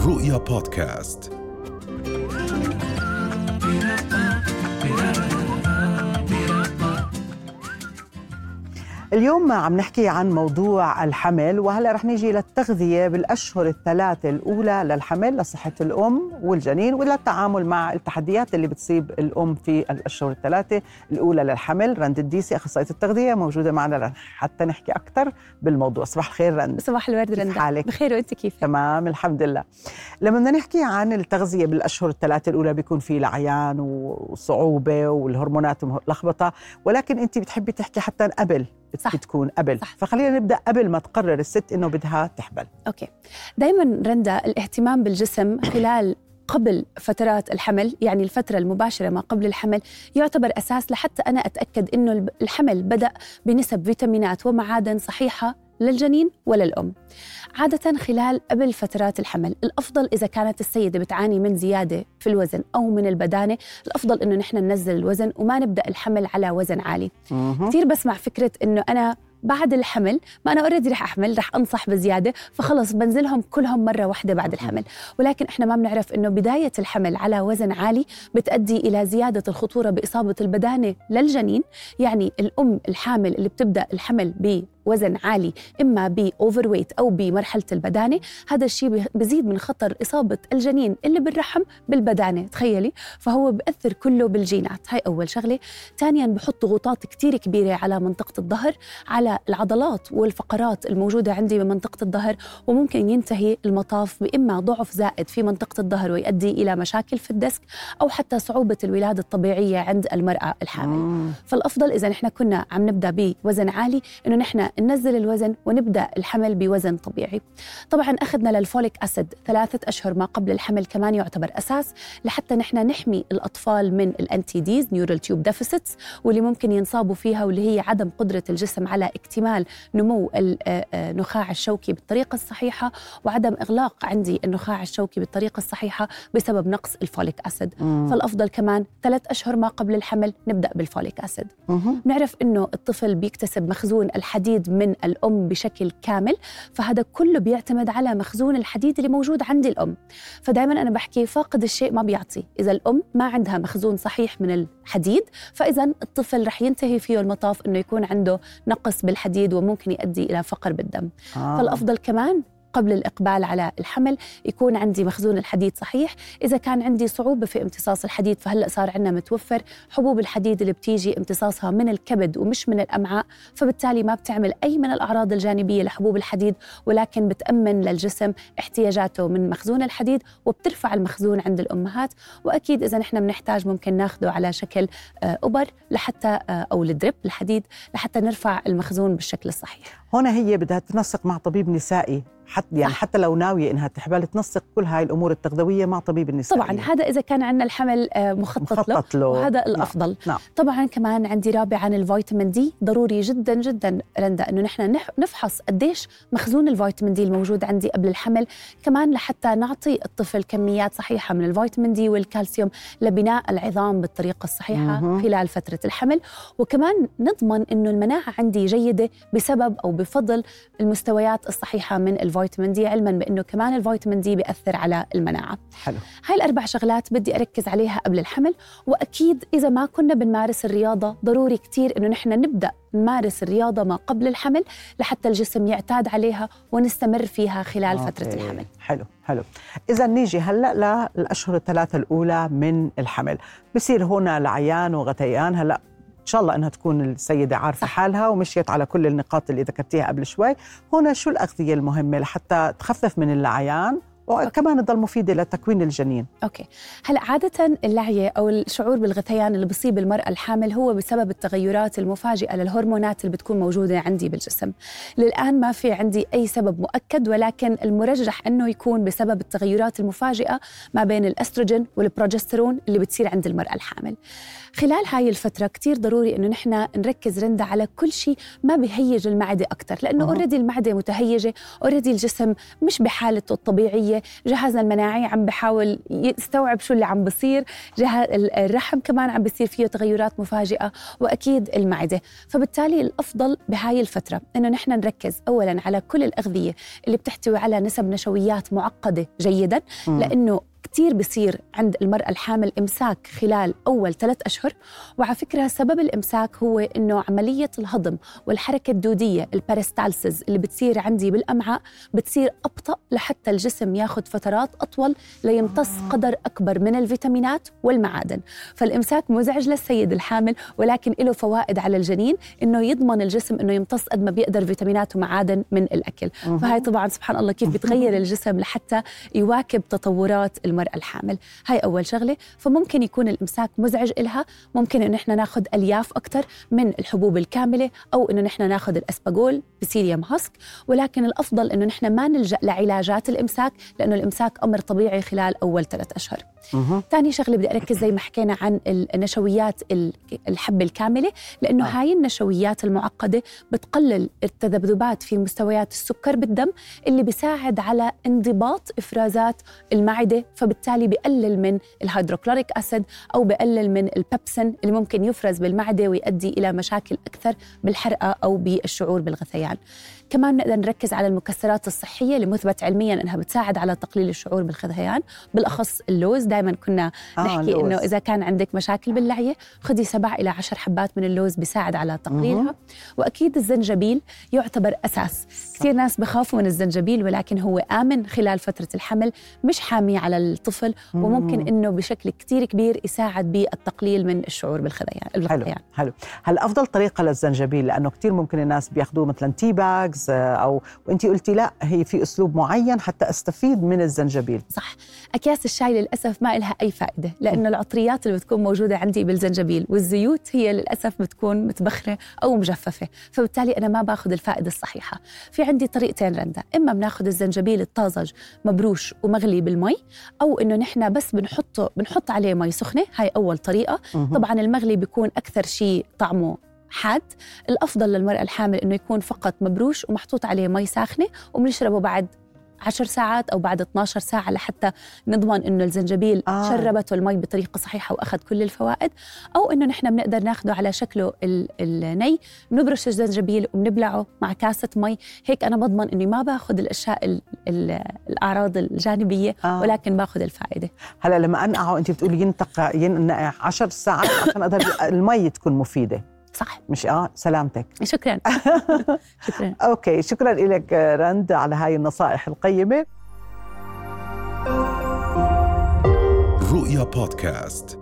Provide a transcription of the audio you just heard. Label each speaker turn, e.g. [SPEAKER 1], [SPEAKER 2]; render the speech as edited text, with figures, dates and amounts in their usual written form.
[SPEAKER 1] رؤيا بودكاست.
[SPEAKER 2] اليوم عم نحكي عن موضوع الحمل، وهلأ رح نيجي للتغذية بالأشهر الثلاثة الأولى للحمل لصحة الأم والجنين، وللتعامل مع التحديات اللي بتصيب الأم في الأشهر الثلاثة الأولى للحمل. رند الديسي أخصائية التغذية موجودة معنا حتى نحكي أكثر بالموضوع. صباح الخير رند.
[SPEAKER 3] صباح الورد رند،
[SPEAKER 2] حالك؟
[SPEAKER 3] بخير وأنت كيف؟
[SPEAKER 2] تمام الحمد لله. لما بدنا نحكي عن التغذية بالأشهر الثلاثة الأولى بيكون في العيان وصعوبة والهرمونات ملخبطة، ولكن أنت بتحبي تحكي حتى قبل بتكون قبل. صح. فخلينا نبدأ قبل ما تقرر الست إنه بدها تحبل.
[SPEAKER 3] أوكي. دايماً رندا الاهتمام بالجسم خلال قبل فترات الحمل، يعني الفترة المباشرة ما قبل الحمل، يعتبر أساس لحتى أنا أتأكد إنه الحمل بدأ بنسب فيتامينات ومعادن صحيحة للجنين وللأم. عادة خلال قبل فترات الحمل الأفضل إذا كانت السيدة بتعاني من زيادة في الوزن أو من البدانة، الأفضل إنه نحن ننزل الوزن وما نبدأ الحمل على وزن عالي. كثير بسمع فكرة إنه أنا بعد الحمل، ما أنا أوريدي رح أحمل، رح أنصح بزيادة، فخلص بنزلهم كلهم مرة واحدة بعد الحمل. ولكن إحنا ما بنعرف إنه بداية الحمل على وزن عالي بتؤدي إلى زيادة الخطورة بإصابة البدانة للجنين. يعني الأم الحامل اللي بتبدأ الحمل بوزن عالي، إما بأوفر ويت أو بمرحلة البدانة، هذا الشيء بزيد من خطر إصابة الجنين اللي بالرحم بالبدانة. تخيلي، فهو بأثر كله بالجينات. هاي أول شغلة. ثانياً بحط ضغوطات كتير كبيرة على منطقة الظهر، على العضلات والفقرات الموجودة عندي بمنطقة الظهر، وممكن ينتهي المطاف بإما ضعف زائد في منطقة الظهر ويؤدي إلى مشاكل في الدسك، أو حتى صعوبة الولادة الطبيعية عند المرأة الحامل. فالأفضل إذا نحن كنا عم نبدأ بوزن عالي إنه نحن ننزل الوزن ونبدأ الحمل بوزن طبيعي. طبعاً أخذنا للفوليك أسيد 3 أشهر ما قبل الحمل كمان يعتبر أساس لحتى نحن نحمي الأطفال من الأنتي ديز نيورال تيوب ديفيسيتس، واللي ممكن ينصابوا فيها، واللي هي عدم قدرة الجسم على اكتمال نمو النخاع الشوكي بالطريقة الصحيحة، وعدم إغلاق عندي النخاع الشوكي بالطريقة الصحيحة بسبب نقص الفوليك أسيد. فالأفضل كمان 3 أشهر ما قبل الحمل نبدأ بالفوليك أسيد. نعرف إنه الطفل بيكتسب مخزون الحديد من الأم بشكل كامل، فهذا كله بيعتمد على مخزون الحديد اللي موجود عند الأم. فدايما أنا بحكي فاقد الشيء ما بيعطي. إذا الأم ما عندها مخزون صحيح من الحديد، فإذا الطفل رح ينتهي فيه المطاف إنه يكون عنده نقص بالحديد وممكن يؤدي إلى فقر بالدم. فالأفضل كمان قبل الإقبال على الحمل يكون عندي مخزون الحديد صحيح. إذا كان عندي صعوبة في امتصاص الحديد، فهلأ صار عندنا متوفر حبوب الحديد اللي بتيجي امتصاصها من الكبد ومش من الأمعاء، فبالتالي ما بتعمل أي من الأعراض الجانبية لحبوب الحديد، ولكن بتأمن للجسم احتياجاته من مخزون الحديد وبترفع المخزون عند الأمهات. وأكيد إذا نحن بنحتاج ممكن ناخده على شكل أبر لحتى أو الدريب الحديد لحتى نرفع المخزون بالشكل الصحيح.
[SPEAKER 2] هنا هي بدها تنسق مع طبيب نسائي، حتى لو ناوية إنها تحبل تنسق كل هاي الأمور التغذوية مع طبيب النساء.
[SPEAKER 3] طبعاً هذا إذا كان عندنا الحمل مخطط له، وهذا الأفضل. نعم. طبعاً كمان عندي رابعاً الفيتامين دي. ضروري جداً جداً رندا إنه نحن نفحص قديش مخزون الفيتامين دي الموجود عندي قبل الحمل، كمان لحتى نعطي الطفل كميات صحيحة من الفيتامين دي والكالسيوم لبناء العظام بالطريقة الصحيحة خلال فترة الحمل. وكمان نضمن إنه المناعة عندي جيدة بسبب أو بفضل المستويات الصحيحة من الفيتامين دي، علما بأنه كمان الفيتامين دي بيأثر على المناعة.
[SPEAKER 2] حلو.
[SPEAKER 3] هاي ال4 شغلات بدي أركز عليها قبل الحمل. وأكيد إذا ما كنا بنمارس الرياضة، ضروري كتير إنه نحن نبدأ نمارس الرياضة ما قبل الحمل لحتى الجسم يعتاد عليها ونستمر فيها خلال فترة الحمل.
[SPEAKER 2] حلو. إذا نيجي هلأ للأشهر الثلاثة الأولى من الحمل، بصير هنا العيان وغثيان. هلأ إن شاء الله أنها تكون السيدة عارفة حالها ومشيت على كل النقاط اللي ذكرتيها قبل شوي. هنا شو الأغذية المهمة لحتى تخفف من اللعيان وكمان تضل مفيدة لتكوين الجنين؟
[SPEAKER 3] أوكي. هلأ عادة اللعية أو الشعور بالغثيان اللي بيصيب المرأة الحامل هو بسبب التغيرات المفاجئة للهرمونات اللي بتكون موجودة عندي بالجسم. للآن ما في عندي أي سبب مؤكد، ولكن المرجح أنه يكون بسبب التغيرات المفاجئة ما بين الأستروجين والبروجسترون اللي بتصير عند المرأة الحامل. خلال هاي الفترة كتير ضروري إنه نحن نركز رندا على كل شيء ما بيهيج المعدة أكتر، لأنه أوريدي المعدة متهيجة، أوريدي الجسم مش بحالته الطبيعية الدودية، جهازنا المناعي عم بحاول يستوعب شو اللي عم بصير، الرحم كمان عم بصير فيه تغيرات مفاجئة، وأكيد المعدة. فبالتالي الأفضل بهاي الفترة إنه نحن نركز أولاً على كل الأغذية اللي بتحتوي على نسب نشويات معقدة جيداً، لأنه كتير بصير عند المرأة الحامل إمساك خلال أول 3 أشهر. وعلى فكرة سبب الإمساك هو إنه عملية الهضم والحركة الدودية البارستالسيس اللي بتصير عندي بالأمعاء بتصير أبطأ، لحتى الجسم ياخد فترات أطول ليمتص قدر أكبر من الفيتامينات والمعادن. فالإمساك مزعج للسيد الحامل، ولكن له فوائد على الجنين، إنه يضمن الجسم إنه يمتص قد ما بيقدر فيتامينات ومعادن من الأكل. فهاي طبعاً سبحان الله كيف بتغير الجسم لحتى يواكب تطورات المرأة الحامل. هاي أول شغلة. فممكن يكون الإمساك مزعج إلها، ممكن إنه نحن ناخد ألياف أكتر من الحبوب الكاملة، أو إنه نحن ناخد الأسباغول بسيليوم هاسك. ولكن الأفضل إنه نحن ما نلجأ لعلاجات الإمساك، لأنه الإمساك أمر طبيعي خلال أول 3 أشهر. ثاني شغلة بدي أركز زي ما حكينا عن النشويات الحبة الكاملة، لأنه هاي النشويات المعقدة بتقلل التذبذبات في مستويات السكر بالدم، اللي بيساعد على انضباط إفرازات المعدة، فبالتالي بيقلل من الهيدروكلوريك أسيد أو بيقلل من البيبسين اللي ممكن يفرز بالمعدة ويؤدي إلى مشاكل أكثر بالحرقة أو بالشعور بالغثيان. كمان نقدر نركز على المكسرات الصحية اللي مثبت علمياً أنها بتساعد على تقليل الشعور بالغثيان، بالأخص اللوز. دايماً كنا نحكي إنه إذا كان عندك مشاكل باللعية خدي 7 إلى 10 حبات من اللوز، بيساعد على تقليلها. وأكيد الزنجبيل يعتبر أساس. كثير ناس بخافوا من الزنجبيل، ولكن هو آمن خلال فترة الحمل، مش حامي على الطفل، وممكن إنه بشكل كتير كبير يساعد بالتقليل من الشعور بالغثيان.
[SPEAKER 2] حلو. هل أفضل طريقة للزنجبيل؟ لأنه كتير ممكن الناس بياخدوه مثلاً تي باجز، أو وأنتي قلتي لا، هي في أسلوب معين حتى أستفيد من الزنجبيل.
[SPEAKER 3] صح. أكياس الشاي للأسف ما إلها أي فائدة، لأنه العطريات اللي بتكون موجودة عندي بالزنجبيل والزيوت هي للأسف بتكون متبخرة أو مجففة، فبالتالي أنا ما باخذ الفائدة الصحيحة. في عندي طريقتين رندا، إما بناخذ الزنجبيل الطازج مبروش ومغلي بالمي، أو إنه نحن بس بنحط عليه مي سخنة. هاي أول طريقة. طبعاً المغلي بيكون أكثر شيء طعمه حاد. الأفضل للمرأة الحامل إنه يكون فقط مبروش ومحطوط عليه مي ساخنة، وبنشربه بعد 10 ساعات أو بعد 12 ساعة لحتى نضمن إنه الزنجبيل شربته المي بطريقة صحيحة وأخذ كل الفوائد. أو إنه نحن بنقدر ناخده على شكله الني، نبرش الزنجبيل وبنبلعه مع كاسة مي. هيك أنا بضمن إني ما باخذ الأشياء الأعراض الجانبية، ولكن باخذ الفائدة.
[SPEAKER 2] هلا لما أنقعه أنت بتقولي ينقع 10 ساعات عشان أقدر المي تكون مفيدة.
[SPEAKER 3] صح.
[SPEAKER 2] مش سلامتك.
[SPEAKER 3] شكراً. شكراً.
[SPEAKER 2] أوكي، شكراً لك رند على هاي النصائح القيمة.
[SPEAKER 1] رؤيا بودكاست.